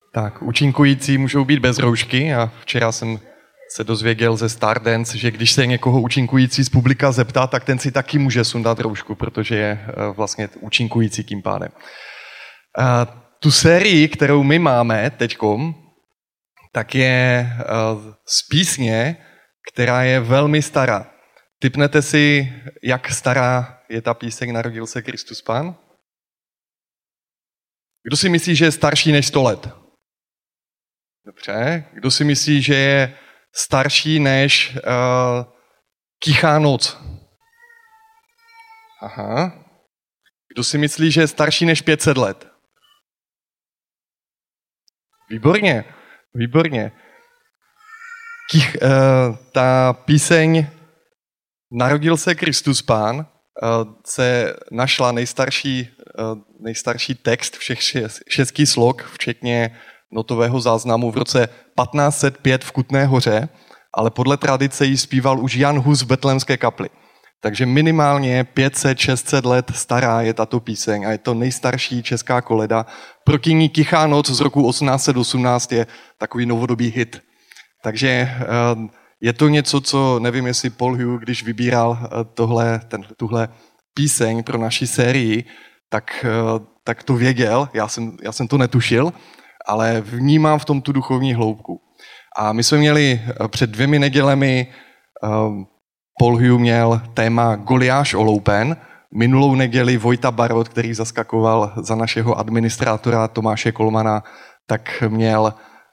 Tak, účinkující můžou být bez roušky a včera jsem se dozvěděl ze Stardance, že když se někoho účinkující z publika zeptá, tak ten si taky může sundat roušku, protože je vlastně účinkující tím pádem. Tu sérii, kterou my máme teďkom, tak je z písně, která je velmi stará. Tipnete si, jak stará je ta píseň Narodil se Kristus Pán? Kdo si myslí, že je starší než 100 let? Dobře. Kdo si myslí, že je starší než Tichá noc? Aha. Kdo si myslí, že je starší než 500 let? Výborně, výborně. Ta píseň Narodil se Kristus Pán se našla nejstarší text všech 6 slok, včetně notového záznamu v roce 1505 v Kutné Hoře, ale podle tradice ji zpíval už Jan Hus v Betlémské kapli. Takže minimálně 500-600 let stará je tato píseň a je to nejstarší česká koleda. Proti ní Tichá noc z roku 1818 je takový novodobý hit. Takže je to něco, co nevím, jestli Paul Hugh, když vybíral tuhle píseň pro naši sérii, tak to věděl, já jsem to netušil, ale vnímám v tom tu duchovní hloubku. A my jsme měli před 2 nedělemi, Paul Hugh měl téma Goliáš oloupen, minulou neděli Vojta Barot, který zaskakoval za našeho administrátora Tomáše Kolmana, tak měl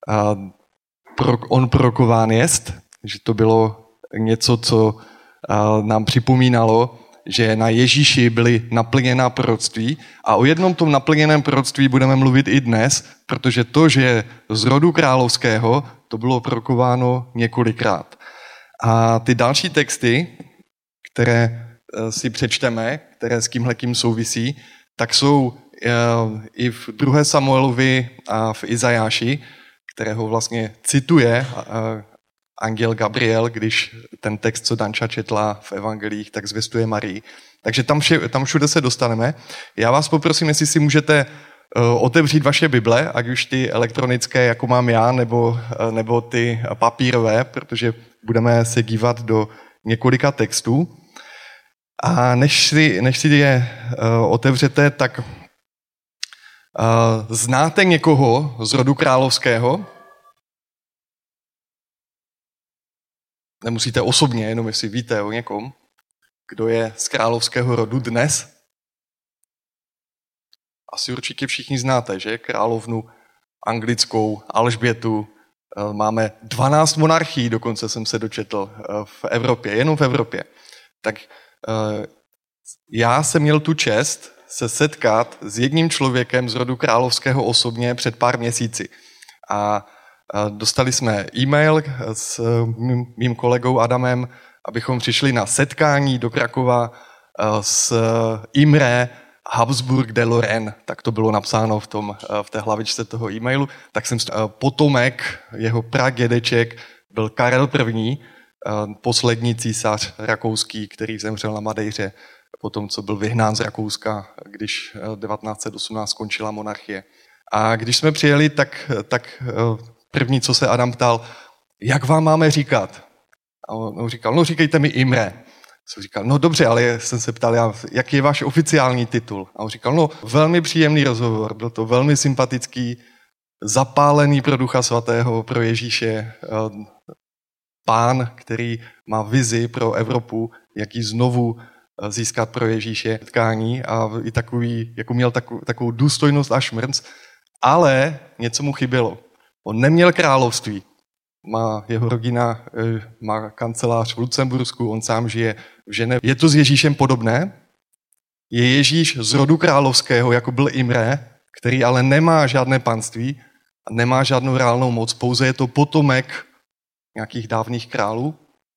on prorokován jest, že to bylo něco, co nám připomínalo, že na Ježíši byly naplněná proroctví a o jednom tom naplněném proroctví budeme mluvit i dnes, protože to, že je z rodu královského, to bylo prorokováno několikrát. A ty další texty, které si přečteme, které s tímhletím souvisí, tak jsou i v 2. Samuelovi a v Izajáši, kterého vlastně cituje anděl Gabriel, když ten text, co Danča četla v evangelích, tak zvěstuje Marii. Takže tam všude se dostaneme. Já vás poprosím, jestli si můžete otevřít vaše Bible, ať už ty elektronické, jako mám já, nebo ty papírové, protože budeme se dívat do několika textů. A než si je otevřete, tak znáte někoho z rodu královského? Nemusíte osobně, jenom jestli víte o někom, kdo je z královského rodu dnes. Asi určitě všichni znáte, že? Královnu anglickou, Alžbětu. Máme 12 monarchií, dokonce jsem se dočetl v Evropě, jenom v Evropě. Tak já jsem měl tu čest se setkat s jedním člověkem z rodu královského osobně před pár měsíci. A dostali jsme e-mail s mým kolegou Adamem, abychom přišli na setkání do Krakova s Imre Habsburg de Lorraine, tak to bylo napsáno v té hlavičce toho e-mailu. Tak jsem potomek, jeho pradědeček byl Karel I., poslední císař rakouský, který zemřel na Madejře potom, co byl vyhnán z Rakouska, když 1918 skončila monarchie. A když jsme přijeli, tak první, co se Adam ptal, jak vám máme říkat? A on říkal, no říkejte mi Imre. Jsem říkal, no dobře, ale jsem se ptal, jaký je váš oficiální titul? A on říkal, no velmi příjemný rozhovor, byl to velmi sympatický, zapálený pro Ducha Svatého, pro Ježíše, pán, který má vizi pro Evropu, jak ji znovu získat pro Ježíše tkání a i takový, jako měl takovou důstojnost a šmrnc, ale něco mu chybělo. On neměl království. Jeho rodina má kancelář v Lucembursku, on sám žije v Ženevě. Je to s Ježíšem podobné? Je Ježíš z rodu královského, jako byl Imre, který ale nemá žádné panství a nemá žádnou reálnou moc, pouze je to potomek nějakých dávných králů.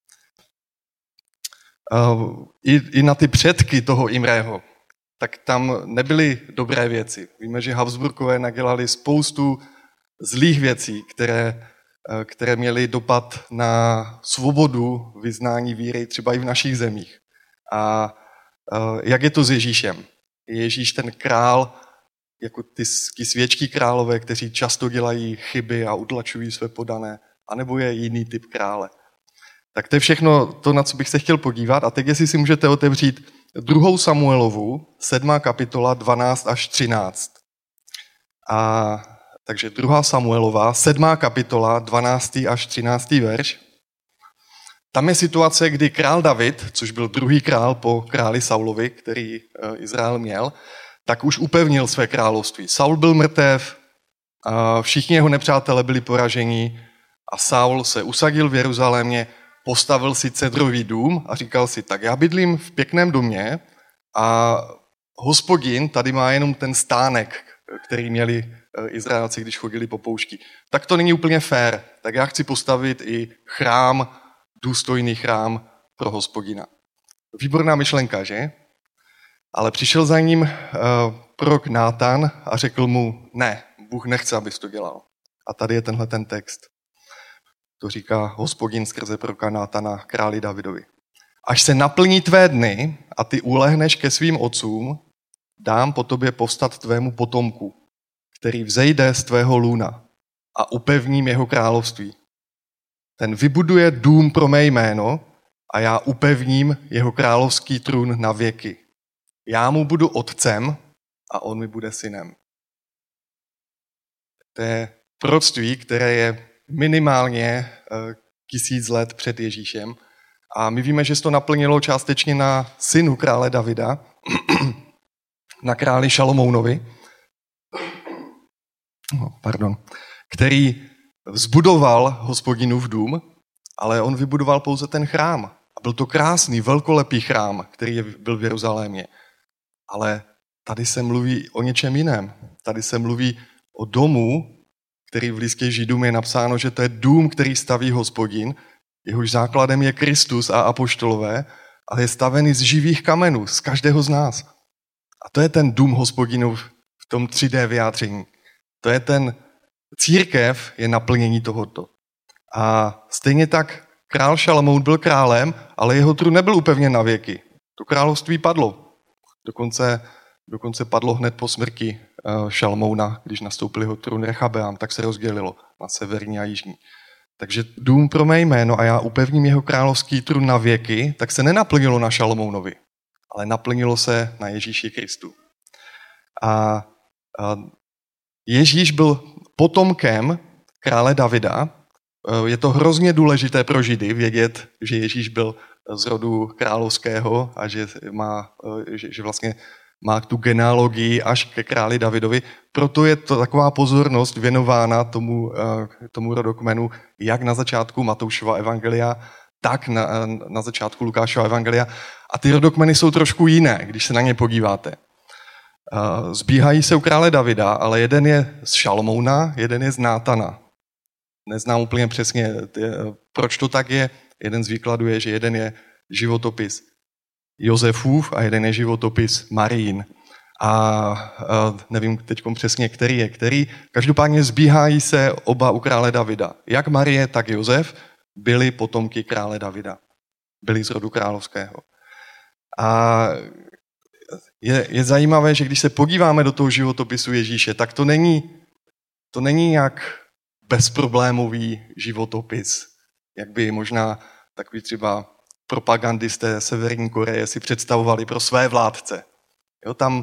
I na ty předky toho Imrého, tak tam nebyly dobré věci. Víme, že Habsburkové nadělali spoustu zlých věcí, které měly dopad na svobodu vyznání víry třeba i v našich zemích. A jak je to s Ježíšem? Je Ježíš ten král jako ty svědčí králové, kteří často dělají chyby a utlačují své podané, anebo je jiný typ krále. Tak to je všechno to, na co bych se chtěl podívat. A teď, jestli si můžete otevřít 2. Samuelovu, 7. kapitola, 12 až 13. Takže 2. Samuelova, 7. kapitola, 12. až 13. verš. Tam je situace, kdy král David, což byl druhý král po králi Saulovi, který Izrael měl, tak už upevnil své království. Saul byl mrtev, všichni jeho nepřátelé byli poraženi a Saul se usadil v Jeruzalémě, postavil si cedrový dům a říkal si, tak já bydlím v pěkném domě a Hospodin tady má jenom ten stánek, který měli Izraelci, když chodili po poušti. Tak to není úplně fér, tak já chci postavit i chrám, důstojný chrám pro Hospodina. Výborná myšlenka, že? Ale přišel za ním prorok Nátan a řekl mu, ne, Bůh nechce, abys to dělal. A tady je tenhle ten text. To říká Hospodin skrze proroka Nátana králi Davidovi. Až se naplní tvé dny a ty ulehneš ke svým otcům, dám po tobě povstat tvému potomku, který vzejde z tvého lůna a upevním jeho království. Ten vybuduje dům pro mé jméno a já upevním jeho královský trůn na věky. Já mu budu otcem a on mi bude synem. To je proroctví, které je minimálně 1000 let před Ježíšem. A my víme, že se to naplnilo částečně na synu krále Davida, na králi Šalomounovi, který vzbudoval Hospodinův dům, ale on vybudoval pouze ten chrám. A byl to krásný, velkolepý chrám, který byl v Jeruzalémě. Ale tady se mluví o něčem jiném. Tady se mluví o domu, který v listě Židům je napsáno, že to je dům, který staví Hospodin, jehož základem je Kristus a apoštolové, ale je stavený z živých kamenů, z každého z nás. A to je ten dům Hospodinův v tom 3D vyjádření. To je ten církev, je naplnění tohoto. A stejně tak král Šalamoun byl králem, ale jeho trůn nebyl upevněn na věky. To království padlo. Dokonce padlo hned po smrti Šalmouna, když nastoupil jeho trůn Rechabeam, tak se rozdělilo na severní a jižní. Takže dům pro mé jméno a já upevním jeho královský trůn na věky, tak se nenaplnilo na Šalomounovi, ale naplnilo se na Ježíši Kristu. A Ježíš byl potomkem krále Davida. Je to hrozně důležité pro Židy vědět, že Ježíš byl z rodu královského a že vlastně má tu genealogii až ke králi Davidovi. Proto je to taková pozornost věnována tomu rodokmenu, jak na začátku Matoušova evangelia, tak na začátku Lukášova evangelia. A ty rodokmeny jsou trošku jiné, když se na ně podíváte. Zbíhají se u krále Davida, ale jeden je z Šalmouna, jeden je z Nátana. Neznám úplně přesně, proč to tak je. Jeden z výkladů je, že jeden je životopis Josefův a jeden je životopis Marijin. A nevím teď přesně, který je který. Každopádně zbíhají se oba u krále Davida. Jak Marie, tak Josef byli potomky krále Davida. Byli z rodu královského. A je zajímavé, že když se podíváme do toho životopisu Ježíše, tak to není jak bezproblémový životopis, jak by možná takový třeba propagandisté Severní Koreje si představovali pro své vládce. Jo, tam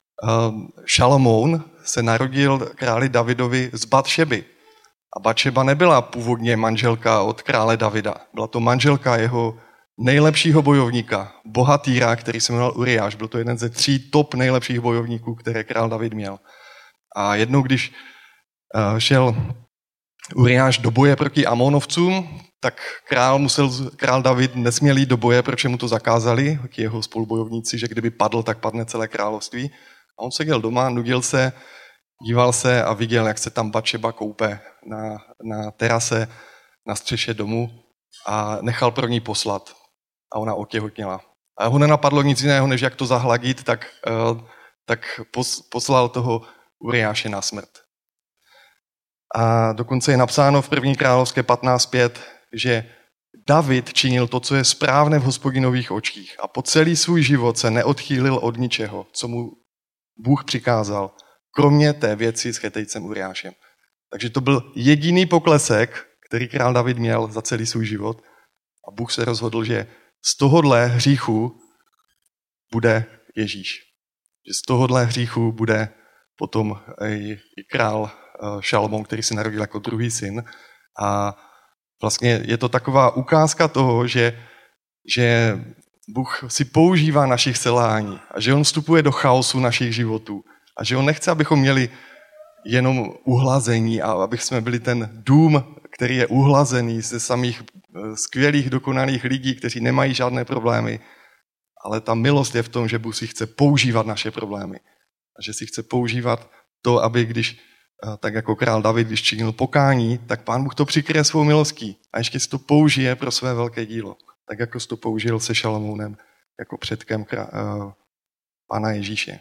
Šalomoun se narodil králi Davidovi z Batšeby. A Batšeba nebyla původně manželka od krále Davida. Byla to manželka jeho nejlepšího bojovníka, bohatýra, který se jmenoval Uriáš. Byl to jeden ze 3 top nejlepších bojovníků, které král David měl. A jednou, když šel Uriáš do boje proti Amonovcům, tak král David nesměl jít do boje, protože mu to zakázali, jeho spolubojovníci, že kdyby padl, tak padne celé království. A on seděl doma, nudil se, díval se a viděl, jak se tam Batšeba koupe na terase, na střeše domu a nechal pro ní poslat. A ona otěhotněla. A ho nenapadlo nic jiného, než jak to zahladit, tak poslal toho Uriáše na smrt. A dokonce je napsáno v 1. královské 15.5, že David činil to, co je správné v Hospodinových očích a po celý svůj život se neodchýlil od ničeho, co mu Bůh přikázal, kromě té věci s chetejcem Uriášem. Takže to byl jediný poklesek, který král David měl za celý svůj život. A Bůh se rozhodl, že z tohohle hříchu bude Ježíš. Že z tohohle hříchu bude potom i král Šalomón, který se narodil jako druhý syn. A vlastně je to taková ukázka toho, že Bůh si používá našich selhání a že on vstupuje do chaosu našich životů a že on nechce, abychom měli jenom uhlazení a aby jsme byli ten dům, který je uhlazený ze samých skvělých, dokonalých lidí, kteří nemají žádné problémy. Ale ta milost je v tom, že Bůh si chce používat naše problémy. A že si chce používat to, aby když, tak jako král David, když činil pokání, tak Pán Bůh to přikryje svou milostí a ještě si to použije pro své velké dílo. Tak jako si to použil se Šalomounem jako předkem Pána Ježíše.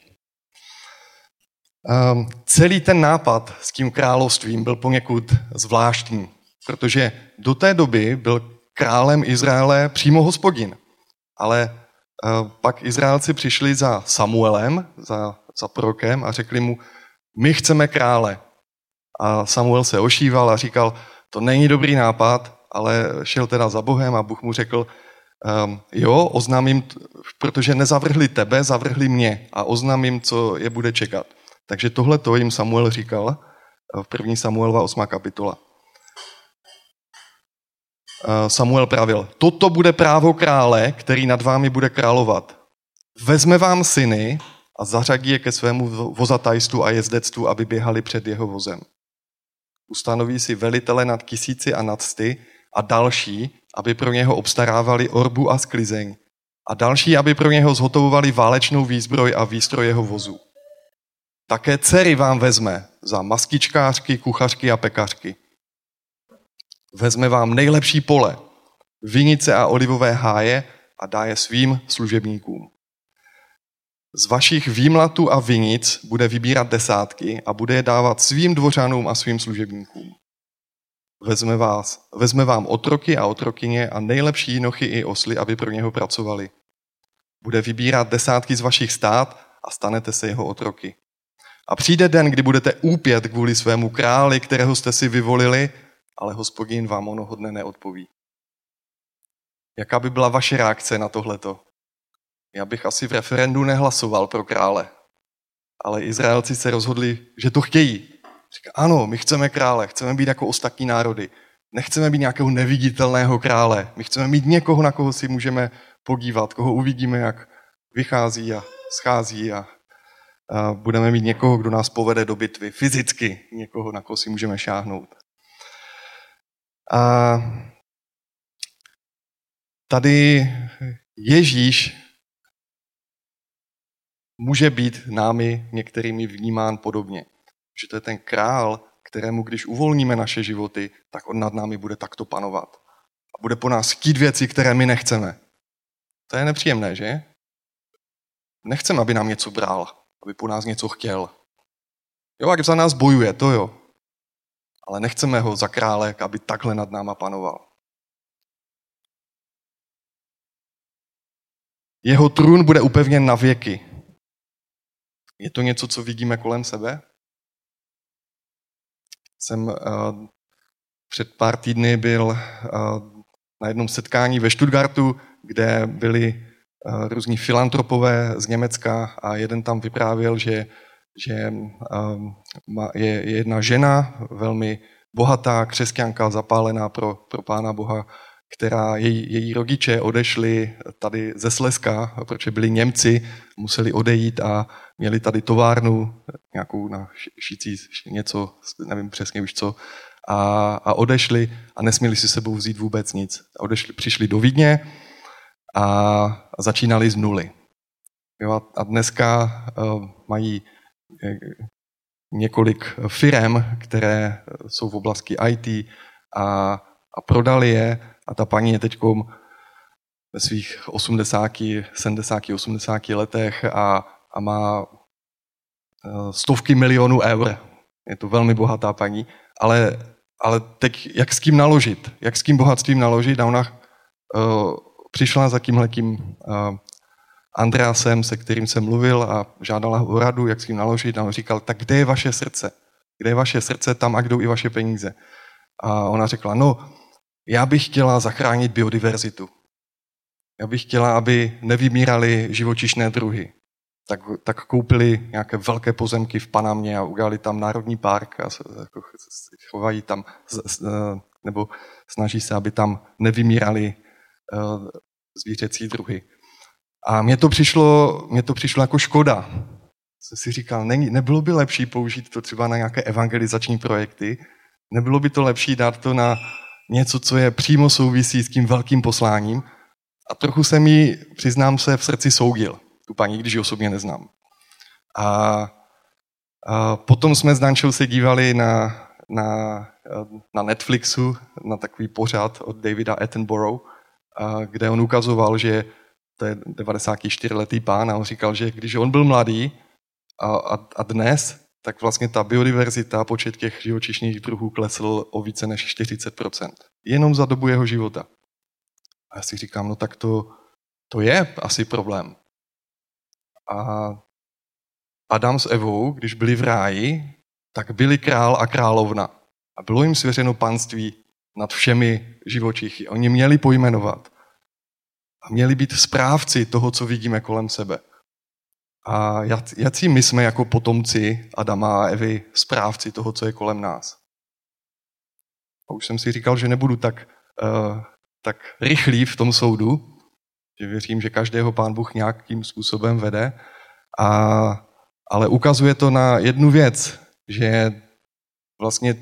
Celý ten nápad s tím královstvím byl poněkud zvláštní, protože do té doby byl králem Izraele přímo Hospodin. Ale pak Izraelci přišli za Samuelem, za prorokem a řekli mu, my chceme krále. A Samuel se ošíval a říkal, to není dobrý nápad, ale šel teda za Bohem a Bůh mu řekl, jo, oznámím, protože nezavrhli tebe, zavrhli mě a oznámím, co je bude čekat. Takže tohleto jim Samuel říkal v 1. Samuelova 8. kapitola. Samuel pravil, toto bude právo krále, který nad vámi bude královat. Vezme vám syny a zařadí je ke svému vozatajstvu a jezdectvu, aby běhali před jeho vozem. Ustanoví si velitele nad 1000 a nad 100 a další, aby pro něho obstarávali orbu a sklizeň a další, aby pro něho zhotovovali válečnou výzbroj a výstroj jeho vozu. Také dcery vám vezme za maskičkářky, kuchařky a pekařky. Vezme vám nejlepší pole, vinice a olivové háje a dá je svým služebníkům. Z vašich výmlatů a vinic bude vybírat desátky a bude je dávat svým dvořanům a svým služebníkům. Vezme vám otroky a otrokyně a nejlepší jinochy i osly, aby pro něho pracovali. Bude vybírat desátky z vašich stát a stanete se jeho otroky. A přijde den, kdy budete úpět kvůli svému králi, kterého jste si vyvolili, ale Hospodin vám onoho dne neodpoví. Jaká by byla vaše reakce na tohleto? Já bych asi v referendu nehlasoval pro krále, ale Izraelci se rozhodli, že to chtějí. Říká, ano, my chceme krále, chceme být jako ostatní národy. Nechceme být nějakého neviditelného krále. My chceme mít někoho, na koho si můžeme podívat, koho uvidíme, jak vychází a schází a budeme mít někoho, kdo nás povede do bitvy fyzicky, někoho, na koho si můžeme šáhnout. A tady Ježíš může být námi některými vnímán podobně. Že to je ten král, kterému, když uvolníme naše životy, tak on nad námi bude takto panovat. A bude po nás chtít věci, které my nechceme. To je nepříjemné, že? Nechceme, aby nám něco bral, aby po nás něco chtěl. Jo, jak za nás bojuje, to jo. Ale nechceme ho za krále, aby takhle nad náma panoval. Jeho trůn bude upevněn na věky. Je to něco, co vidíme kolem sebe? Jsem před pár týdny byl na jednom setkání ve Stuttgartu, kde byli různí filantropové z Německa a jeden tam vyprávěl, že je jedna žena, velmi bohatá křesťanka, zapálená pro Pána Boha, která její rodiče odešli tady ze Slezska, protože byli Němci, museli odejít a měli tady továrnu, nějakou na šicí něco, nevím přesně už co, a odešli a nesměli si sebou vzít vůbec nic. Přišli do Vídně a začínali z nuly. Jo, a dneska mají několik firem, které jsou v oblasti IT a prodali je a ta paní je teďkom ve svých 70, 80 letech a má stovky milionů eur. Je to velmi bohatá paní, ale teď jak s kým naložit? Jak s kým bohatstvím naložit? A ona přišla za tímhletím Andreasem, se kterým jsem mluvil a žádala ho o radu, jak s tím naložit. A on říkal, tak kde je vaše srdce? Kde je vaše srdce, tam a jdou i vaše peníze. A ona řekla, no, já bych chtěla zachránit biodiverzitu. Já bych chtěla, aby nevymíraly živočišné druhy. Tak koupili nějaké velké pozemky v Panamě a udělali tam národní park a jako chovají tam, nebo snaží se, aby tam nevymíraly zvířecí druhy. A mně to přišlo jako škoda. Jsem si říkal, nebylo by lepší použít to třeba na nějaké evangelizační projekty? Nebylo by to lepší dát to na něco, co je přímo souvisí s tím velkým posláním? A trochu jsem jí, přiznám se, v srdci soudil. Tu paní, když ji osobně neznám. A potom jsme s Dančou se dívali na Netflixu, na takový pořad od Davida Attenborough, kde on ukazoval, že to je 94letý pán a on říkal, že když on byl mladý a dnes, tak vlastně ta biodiverzita, počet těch živočišných druhů klesl o více než 40%. Jenom za dobu jeho života. A já si říkám, no tak to je asi problém. A Adam s Evou, když byli v ráji, tak byli král a královna. A bylo jim svěřeno panství nad všemi živočichy. Oni měli pojmenovat. A měli být správci toho, co vidíme kolem sebe. A jací my jsme jako potomci Adama a Evy správci toho, co je kolem nás. A už jsem si říkal, že nebudu tak rychlý v tom soudu, že věřím, že každého Pán Bůh nějakým způsobem vede, ale ukazuje to na jednu věc, že vlastně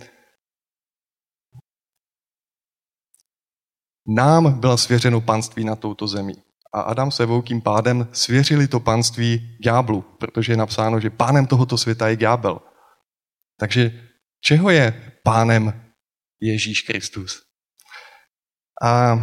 nám bylo svěřeno panství na touto zemi. A Adam s Evou tím pádem svěřili to panství ďáblu, protože je napsáno, že pánem tohoto světa je ďábel. Takže čeho je pánem Ježíš Kristus? A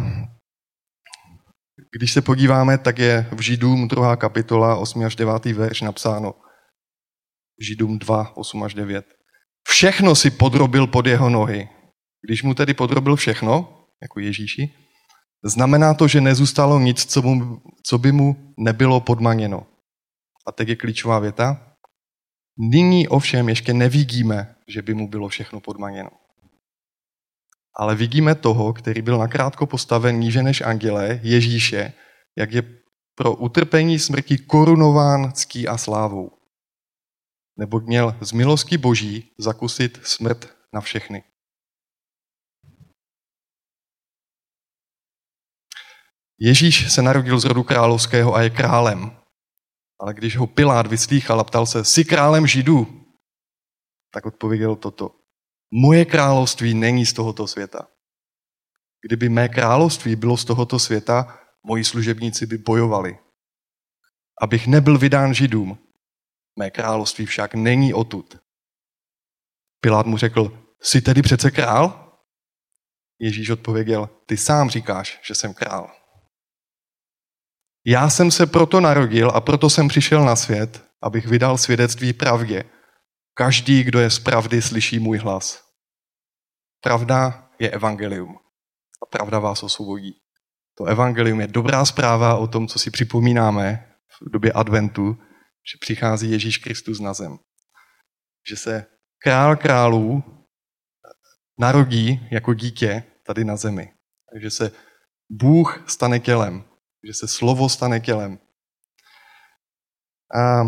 když se podíváme, tak je v Židům 2. kapitola 8. až 9. verš napsáno. Židům 2, 8 až 9. Všechno si podrobil pod jeho nohy. Když mu tedy podrobil všechno, jako Ježíši, znamená to, že nezůstalo nic, co by mu nebylo podmaněno. A teď je klíčová věta. Nyní ovšem ještě nevidíme, že by mu bylo všechno podmaněno. Ale vidíme toho, který byl nakrátko postaven níže než andělé, Ježíše, jak je pro utrpení smrti korunován ctí a slávou. Neboť měl z milosti Boží zakusit smrt na všechny. Ježíš se narodil z rodu královského a je králem. Ale když ho Pilát vyslýchal a ptal se, jsi králem Židů? Tak odpověděl toto. Moje království není z tohoto světa. Kdyby mé království bylo z tohoto světa, moji služebníci by bojovali. Abych nebyl vydán Židům. Mé království však není odtud. Pilát mu řekl, jsi tedy přece král? Ježíš odpověděl, ty sám říkáš, že jsem král. Já jsem se proto narodil a proto jsem přišel na svět, abych vydal svědectví pravdě. Každý, kdo je z pravdy, slyší můj hlas. Pravda je evangelium. A pravda vás osvobodí. To evangelium je dobrá zpráva o tom, co si připomínáme v době adventu, že přichází Ježíš Kristus na zem. Že se král králů narodí jako dítě tady na zemi. Takže se Bůh stane tělem. Že se slovo stane tělem. A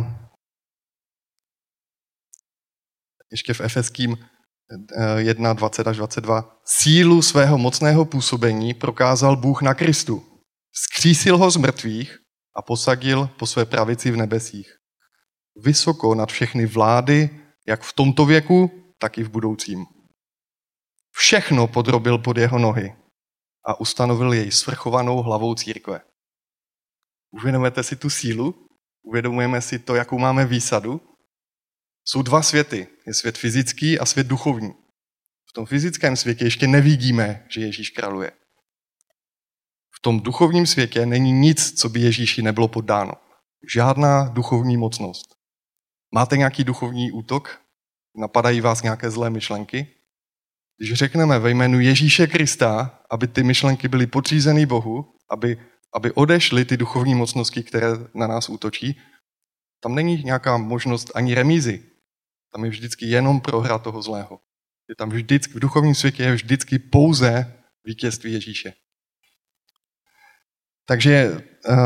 ještě v Efeským 1, 20 až 22. Sílu svého mocného působení prokázal Bůh na Kristu. Vzkřísil ho z mrtvých a posadil po své pravici v nebesích. Vysoko nad všechny vlády, jak v tomto věku, tak i v budoucím. Všechno podrobil pod jeho nohy a ustanovil jej svrchovanou hlavou církve. Uvědomujete si tu sílu? Uvědomujeme si to, jakou máme výsadu? Jsou dva světy. Je svět fyzický a svět duchovní. V tom fyzickém světě ještě nevidíme, že Ježíš králuje. V tom duchovním světě není nic, co by Ježíši nebylo poddáno. Žádná duchovní mocnost. Máte nějaký duchovní útok? Napadají vás nějaké zlé myšlenky? Když řekneme ve jménu Ježíše Krista, aby ty myšlenky byly podřízeny Bohu, aby aby odešly ty duchovní mocnosti, které na nás útočí, tam není nějaká možnost ani remízy. Tam je vždycky jenom prohra toho zlého. Je tam vždycky, v duchovním světě je vždycky pouze vítězství Ježíše. Takže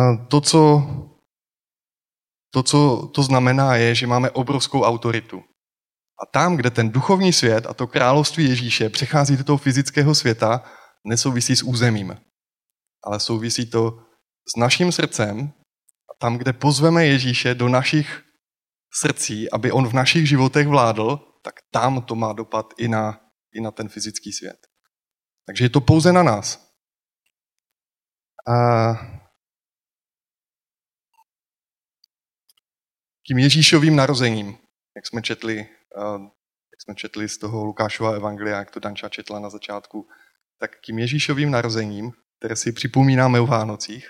co to znamená, je, že máme obrovskou autoritu. A tam, kde ten duchovní svět a to království Ježíše přechází do toho fyzického světa, nesouvisí s územím, ale souvisí to s naším srdcem a tam, kde pozveme Ježíše do našich srdcí, aby on v našich životech vládl, tak tam to má dopad i na ten fyzický svět. Takže je to pouze na nás. A tím Ježíšovým narozením, jak jsme četli z toho Lukášova evangelia, jak to Danča četla na začátku, tak tím Ježíšovým narozením, které si připomínáme o Vánocích,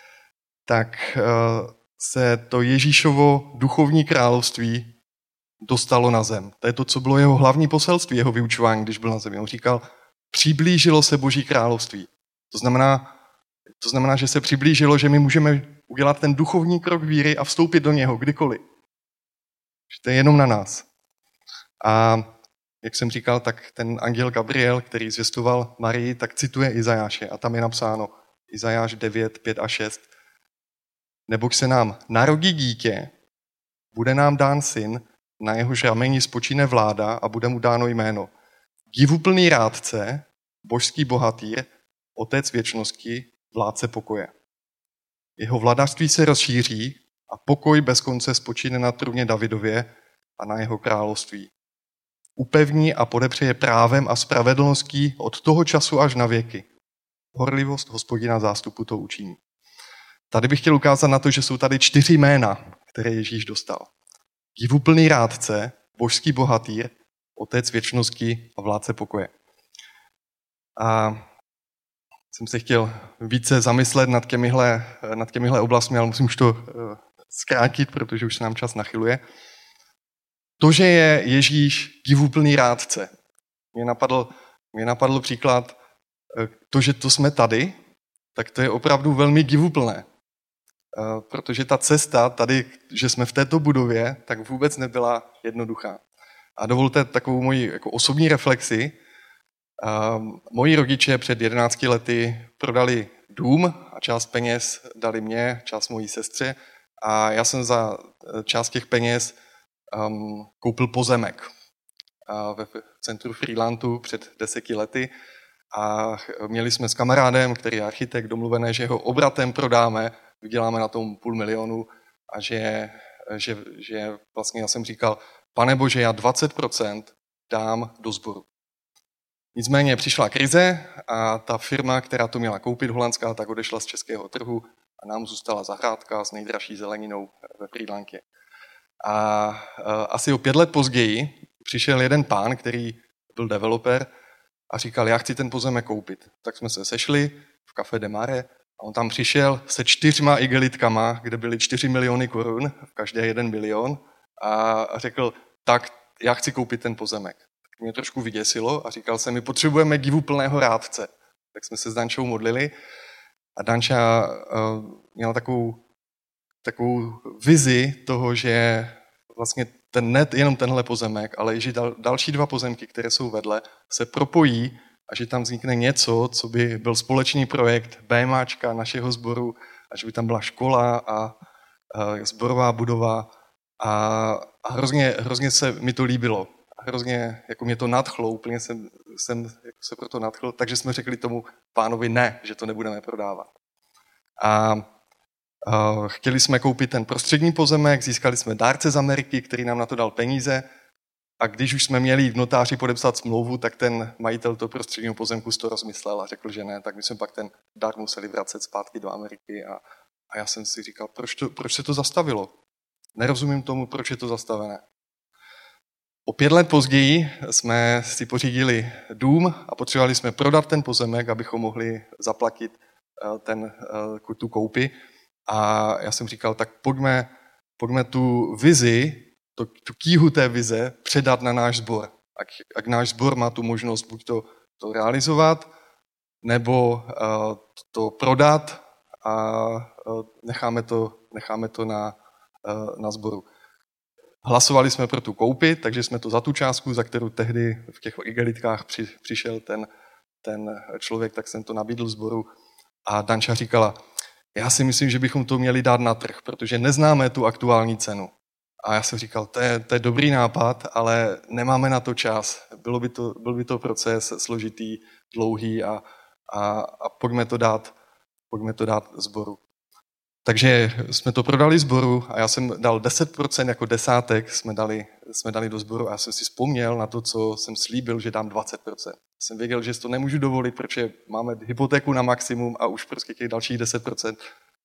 tak se to Ježíšovo duchovní království dostalo na zem. To je to, co bylo jeho hlavní poselství, jeho vyučování, když byl na zemi. On říkal, přiblížilo se Boží království. To znamená, že se přiblížilo, že my můžeme udělat ten duchovní krok víry a vstoupit do něho kdykoliv. Že to je jenom na nás. A jak jsem říkal, tak ten anděl Gabriel, který zvěstoval Marii, tak cituje Izajáše a tam je napsáno Izajáš 9, 5 a 6. Neboť se nám narodí dítě, bude nám dán syn, na jehož rameni spočíne vláda a bude mu dáno jméno. Divuplný rádce, božský bohatýr, otec věčnosti, vládce pokoje. Jeho vladařství se rozšíří a pokoj bez konce spočíne na trůně Davidově a na jeho království. Upevní a podepřeje právem a spravedlností od toho času až na věky. Horlivost Hospodina zástupu to učiní. Tady bych chtěl ukázat na to, že jsou tady 4 jména, které Ježíš dostal. Divuplný rádce, božský bohatýr, otec věčnosti a vládce pokoje. A jsem se chtěl více zamyslet nad těmihle oblastmi, ale musím už to zkrátit, protože už se nám čas nachyluje. To, že je Ježíš divuplný rádce. Mě napadl příklad, to, že to jsme tady, tak to je opravdu velmi divuplné. Protože ta cesta tady, že jsme v této budově, tak vůbec nebyla jednoduchá. A dovolte takovou moji jako osobní reflexi. Moji rodiče před 11 lety prodali dům a část peněz dali mě, část mojí sestře a já jsem za část těch peněz koupil pozemek v centru Freelandu před 10 lety a měli jsme s kamarádem, který je architekt, domluvené, že ho obratem prodáme, vyděláme na tom 500 000 a že vlastně já jsem říkal, Pane Bože, já 20% dám do sboru. Nicméně přišla krize a ta firma, která to měla koupit, holandská, tak odešla z českého trhu a nám zůstala zahrádka s nejdražší zeleninou ve Frýdlankě. A asi o 5 let později přišel jeden pán, který byl developer a říkal, já chci ten pozemek koupit. Tak jsme se sešli v Café de Mare a on tam přišel se 4 igelitkama, kde byly 4 miliony korun, v každé 1 milion a řekl, tak já chci koupit ten pozemek. Mě trošku vyděsilo a říkal jsem, my potřebujeme divuplného rádce. Tak jsme se s Dančou modlili a Danča měla takovou vizi toho, že vlastně jenom tenhle pozemek, ale i že další 2 pozemky, které jsou vedle, se propojí a že tam vznikne něco, co by byl společný projekt BMAčka našeho sboru a že by tam byla škola a sborová budova a hrozně se mi to líbilo. Hrozně jako mě to nadchlo, úplně jsem se proto nadchl, takže jsme řekli tomu pánovi ne, že to nebudeme prodávat. A chtěli jsme koupit ten prostřední pozemek, získali jsme dárce z Ameriky, který nám na to dal peníze a když už jsme měli v notáři podepsat smlouvu, tak ten majitel toho prostředního pozemku to rozmyslel a řekl, že ne, tak my jsme pak ten dar museli vracet zpátky do Ameriky a já jsem si říkal, proč se to zastavilo? Nerozumím tomu, proč je to zastavené. O 5 let později jsme si pořídili dům a potřebovali jsme prodat ten pozemek, abychom mohli zaplatit tu koupi. A já jsem říkal, tak pojďme tu vizi, tu kýhu té vize předat na náš sbor. Ať náš sbor má tu možnost buď to realizovat, nebo to prodat a necháme to na sboru. Hlasovali jsme pro tu koupi, takže jsme to za tu částku, za kterou tehdy v těch igelitkách přišel ten člověk, tak jsem to nabídl sboru a Danča říkala, já si myslím, že bychom to měli dát na trh, protože neznáme tu aktuální cenu. A já jsem říkal, to je dobrý nápad, ale nemáme na to čas. Byl by to proces složitý, dlouhý a pojďme to dát sboru. Takže jsme to prodali sboru a já jsem dal 10% jako desátek, jsme dali do sboru a já jsem si vzpomněl na to, co jsem slíbil, že dám 20%. Jsem věděl, že si to nemůžu dovolit, protože máme hypotéku na maximum a už prostě těch dalších 10%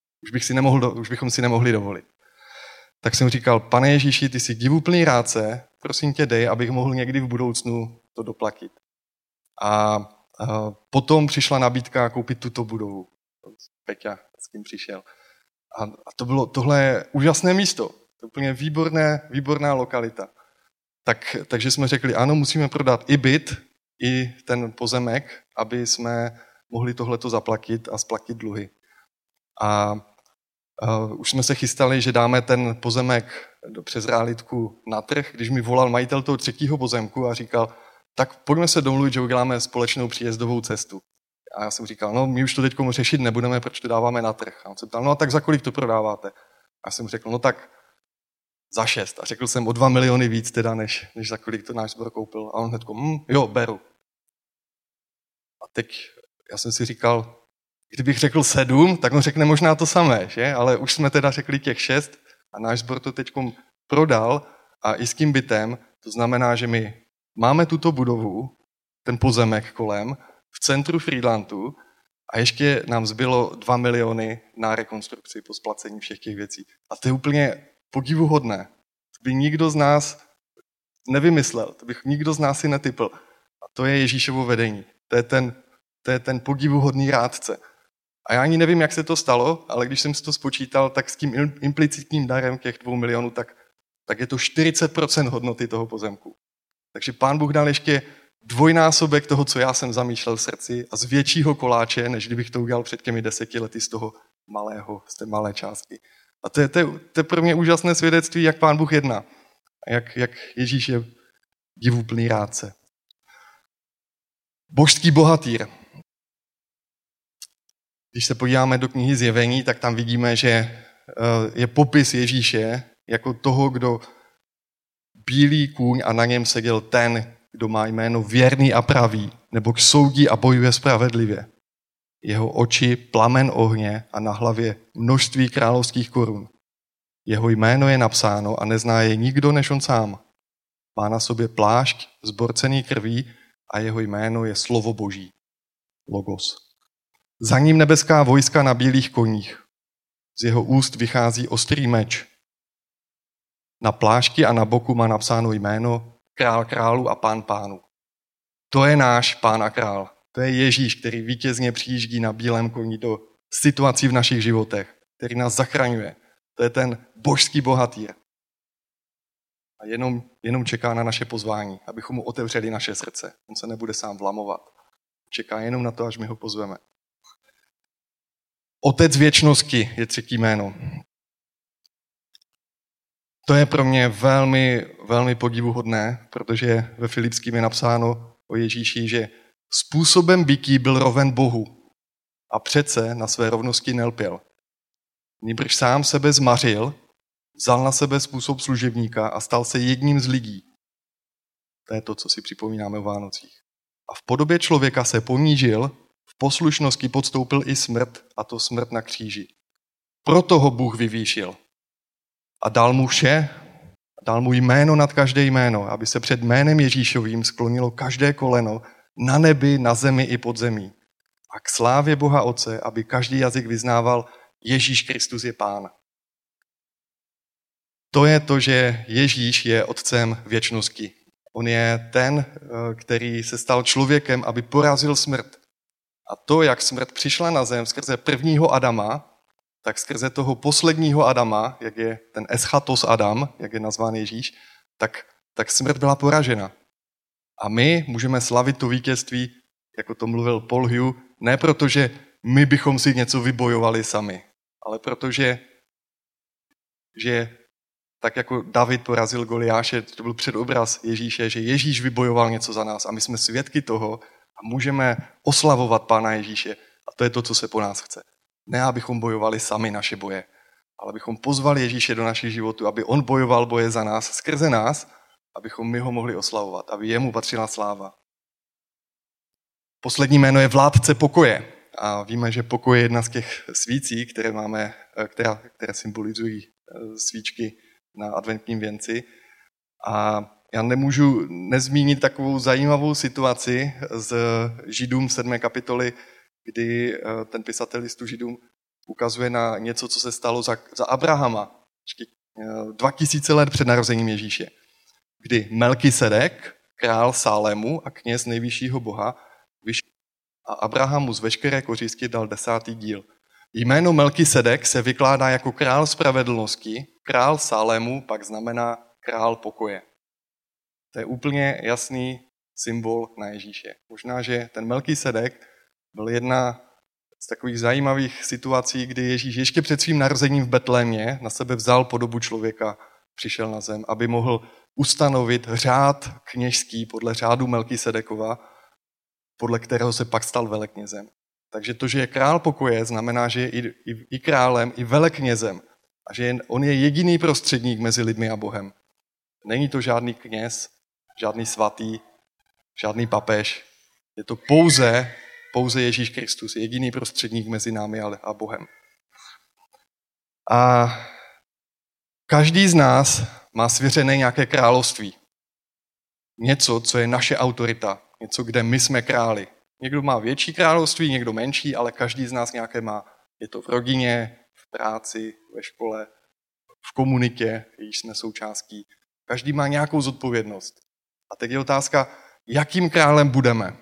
už bychom si nemohli dovolit. Tak jsem říkal, Pane Ježíši, ty jsi divuplný rádce, prosím tě dej, abych mohl někdy v budoucnu to doplatit. A potom přišla nabídka koupit tuto budovu. Peťa s tím přišel. A tohle je úžasné místo. To je úplně výborná lokalita. Takže jsme řekli, ano, musíme prodat i byt, i ten pozemek, aby jsme mohli tohleto zaplatit a splatit dluhy. A už jsme se chystali, že dáme ten pozemek přes realitku na trh, když mi volal majitel toho 3. pozemku a říkal, tak pojďme se domluvit, že uděláme společnou příjezdovou cestu. A já jsem říkal, no my už to teď řešit nebudeme, proč to dáváme na trh. A on se ptal, no a tak za kolik to prodáváte? A já jsem řekl, no tak za 6. A řekl jsem o 2 miliony víc teda, než za kolik to náš sbor koupil. A on hnedko, jo, beru. A teď já jsem si říkal, kdybych řekl 7, tak on řekne možná to samé, že? Ale už jsme teda řekli těch 6 a náš sbor to teď prodal a i s tím bytem, to znamená, že my máme tuto budovu, ten pozemek kolem, v centru Frýdlantu a ještě nám zbylo 2 miliony na rekonstrukci po splacení všech těch věcí. A to je úplně podivuhodné. To by nikdo z nás nevymyslel, to bych nikdo z nás si netypl. A to je Ježíšovo vedení. To je ten podivuhodný rádce. A já ani nevím, jak se to stalo, ale když jsem si to spočítal, tak s tím implicitním darem těch 2 milionů, tak je to 40% hodnoty toho pozemku. Takže Pán Bůh dal ještě dvojnásobek toho, co já jsem zamýšlel v srdci a z většího koláče, než kdybych to udělal před těmi 10 lety z té malé částky. A to je pro mě úžasné svědectví, jak Pán Bůh jedná. Jak Ježíš je divuplný rádce. Božský bohatýr. Když se podíváme do knihy Zjevení, tak tam vidíme, že je popis Ježíše jako toho, kdo bílý kůň a na něm seděl ten, kdo má jméno věrný a pravý, nebo soudí a bojuje spravedlivě. Jeho oči plamen ohně a na hlavě množství královských korun. Jeho jméno je napsáno a nezná je nikdo než on sám. Má na sobě plášť zborcený krví a jeho jméno je slovo Boží. Logos. Za ním nebeská vojska na bílých koních. Z jeho úst vychází ostrý meč. Na plášti a na boku má napsáno jméno Král králů a Pán pánů. To je náš Pán a Král. To je Ježíš, který vítězně přijíždí na bílém koni do situací v našich životech, který nás zachraňuje. To je ten božský bohatýr. A jenom čeká na naše pozvání, abychom mu otevřeli naše srdce. On se nebude sám vlamovat. Čeká jenom na to, až my ho pozveme. Otec věčnosti je 3. jméno. To je pro mě velmi, velmi podivuhodné, protože ve Filipským je napsáno o Ježíši, že způsobem bytí byl roven Bohu a přece na své rovnosti nelpěl. Nýbrž sám sebe zmařil, vzal na sebe způsob služebníka a stal se jedním z lidí. To je to, co si připomínáme o Vánocích. A v podobě člověka se ponížil, v poslušnosti podstoupil i smrt, a to smrt na kříži. Proto ho Bůh vyvýšil. A dal mu vše, dal mu jméno nad každé jméno, aby se před jménem Ježíšovým sklonilo každé koleno na nebi, na zemi i pod zemí. A k slávě Boha Otce, aby každý jazyk vyznával, Ježíš Kristus je Pán. To je to, že Ježíš je Otcem věčnosti. On je ten, který se stal člověkem, aby porazil smrt. A to, jak smrt přišla na zem skrze prvního Adama, tak skrze toho posledního Adama, jak je ten eschatos Adam, jak je nazván Ježíš, tak smrt byla poražena. A my můžeme slavit to vítězství, jako to mluvil Paul Hugh, ne proto, že my bychom si něco vybojovali sami, ale protože že tak jako David porazil Goliáše, to byl předobraz Ježíše, že Ježíš vybojoval něco za nás a my jsme svědky toho a můžeme oslavovat Pána Ježíše. A to je to, co se po nás chce. Ne, abychom bojovali sami naše boje, ale abychom pozvali Ježíše do našich životů, aby on bojoval boje za nás, skrze nás, abychom my ho mohli oslavovat, aby jemu patřila sláva. Poslední jméno je vládce pokoje. A víme, že pokoj je jedna z těch svící, které máme, které symbolizují svíčky na adventním věnci. A já nemůžu nezmínit takovou zajímavou situaci z Židům 7. kapitoly, kdy ten pisatel listu Židům ukazuje na něco, co se stalo za Abrahama, 2000 let před narozením Ježíše, kdy Melkisedek, král Sálému a kněz nejvyššího Boha, vyšel a Abrahamu z veškeré kořistí dal 10. díl. Jméno Melkisedek se vykládá jako král spravedlnosti, král Sálému pak znamená král pokoje. To je úplně jasný symbol na Ježíše. Možná, že ten Melkisedek byl jedna z takových zajímavých situací, kdy Ježíš ještě před svým narozením v Betlémě na sebe vzal podobu člověka, přišel na zem, aby mohl ustanovit řád kněžský podle řádu Melkisedekova, podle kterého se pak stal veleknězem. Takže to, že je král pokoje, znamená, že je i králem, i veleknězem. A že on je jediný prostředník mezi lidmi a Bohem. Není to žádný kněz, žádný svatý, žádný papež. Je to pouze Ježíš Kristus, jediný prostředník mezi námi a Bohem. A každý z nás má svěřené nějaké království. Něco, co je naše autorita. Něco, kde my jsme králi. Někdo má větší království, někdo menší, ale každý z nás nějaké má. Je to v rodině, v práci, ve škole, v komunitě, jejíž jsme součástí. Každý má nějakou zodpovědnost. A teď je otázka, jakým králem budeme.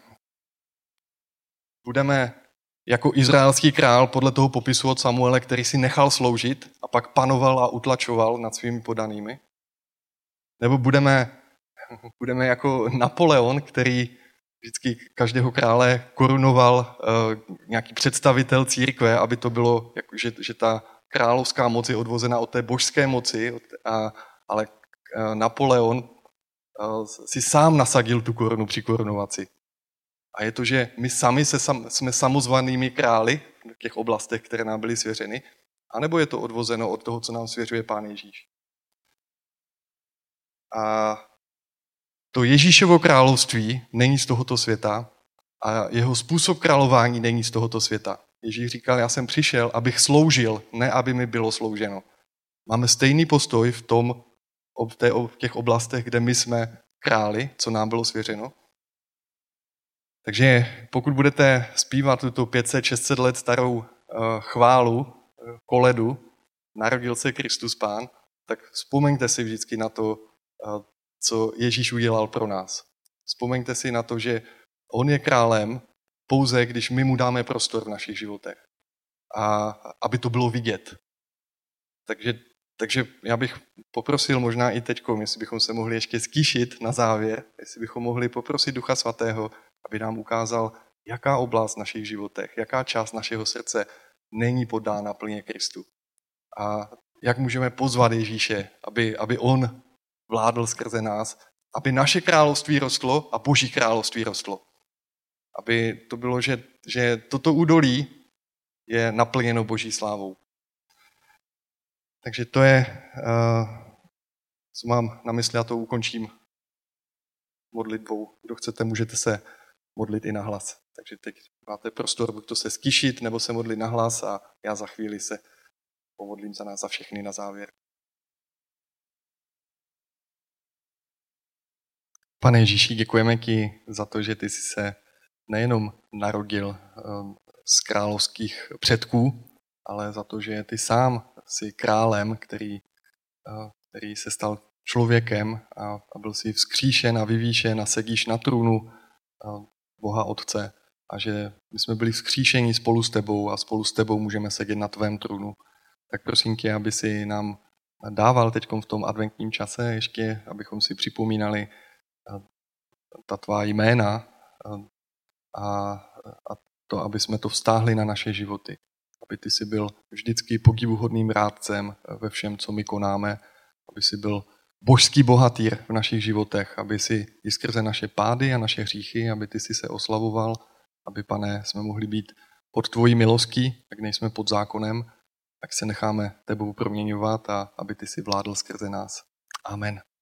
Budeme jako izraelský král podle toho popisu od Samuele, který si nechal sloužit a pak panoval a utlačoval nad svými podanými? Nebo budeme jako Napoleon, který vždycky každého krále korunoval nějaký představitel církve, aby to bylo, jako, že ta královská moc je odvozena od té božské moci, ale Napoleon si sám nasadil tu korunu při korunovaci. A je to, že my sami jsme samozvanými králi v těch oblastech, které nám byly svěřeny, anebo je to odvozeno od toho, co nám svěřuje Pán Ježíš. A to Ježíšovo království není z tohoto světa a jeho způsob králování není z tohoto světa. Ježíš říkal, já jsem přišel, abych sloužil, ne aby mi bylo slouženo. Máme stejný postoj v těch oblastech, kde my jsme králi, co nám bylo svěřeno. Takže pokud budete zpívat tuto 500-600 let starou chválu, koledu, narodil se Kristus Pán, tak vzpomeňte si vždycky na to, co Ježíš udělal pro nás. Vzpomeňte si na to, že on je králem pouze, když my mu dáme prostor v našich životech. A aby to bylo vidět. Takže já bych poprosil možná i teďkom, jestli bychom se mohli ještě zkýšit na závěr, jestli bychom mohli poprosit Ducha Svatého, aby nám ukázal, jaká oblast v našich životech, jaká část našeho srdce není poddána plně Kristu. A jak můžeme pozvat Ježíše, aby on vládl skrze nás, aby naše království rostlo a Boží království rostlo. Aby to bylo, že toto údolí je naplněno Boží slávou. Takže to je, co mám na mysli, a to ukončím modlitbou. Kdo chcete, můžete se modlit i na hlas. Takže teď máte prostor, buď to se ztišit, nebo se modlit na hlas a já za chvíli se pomodlím za nás, za všechny na závěr. Pane Ježíši, děkujeme ti za to, že ty jsi se nejenom narodil z královských předků, ale za to, že ty sám jsi králem, který se stal člověkem a byl si vzkříšen a vyvýšen a sedíš na trůnu Boha Otce a že my jsme byli vzkříšeni spolu s tebou a spolu s tebou můžeme sedět na tvém trůnu. Tak prosím tě, aby si nám dával teď v tom adventním čase ještě, abychom si připomínali ta tvá jména a to, aby jsme to vztáhli na naše životy. Aby ty jsi byl vždycky podivuhodným rádcem ve všem, co my konáme, aby jsi byl božský bohatýr v našich životech, aby si i skrze naše pády a naše hříchy, aby ty si se oslavoval, aby, Pane, jsme mohli být pod tvojí milostí, tak nejsme pod zákonem, tak se necháme tebou proměňovat a aby ty si vládl skrze nás. Amen.